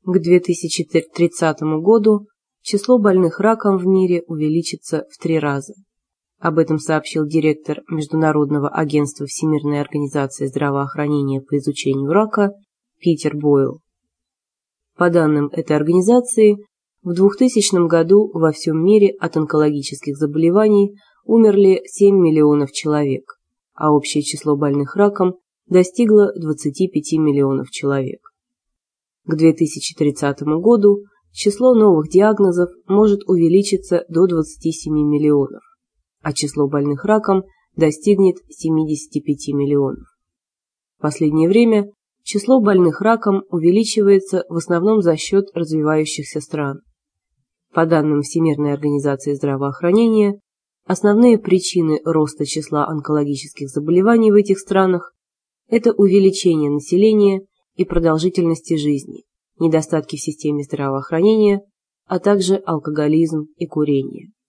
К 2030 году число больных раком в мире увеличится в 3 раза. Об этом сообщил директор Международного агентства Всемирной организации здравоохранения по изучению рака Питер Бойл. По данным этой организации, в 2000 году во всем мире от онкологических заболеваний умерли 7 миллионов человек, а общее число больных раком достигло 25 миллионов человек. К 2030 году число новых диагнозов может увеличиться до 27 миллионов, а число больных раком достигнет 75 миллионов. В последнее время число больных раком увеличивается в основном за счет развивающихся стран. По данным Всемирной организации здравоохранения, основные причины роста числа онкологических заболеваний в этих странах – это увеличение населения и продолжительности жизни, недостатки в системе здравоохранения, а также алкоголизм и курение.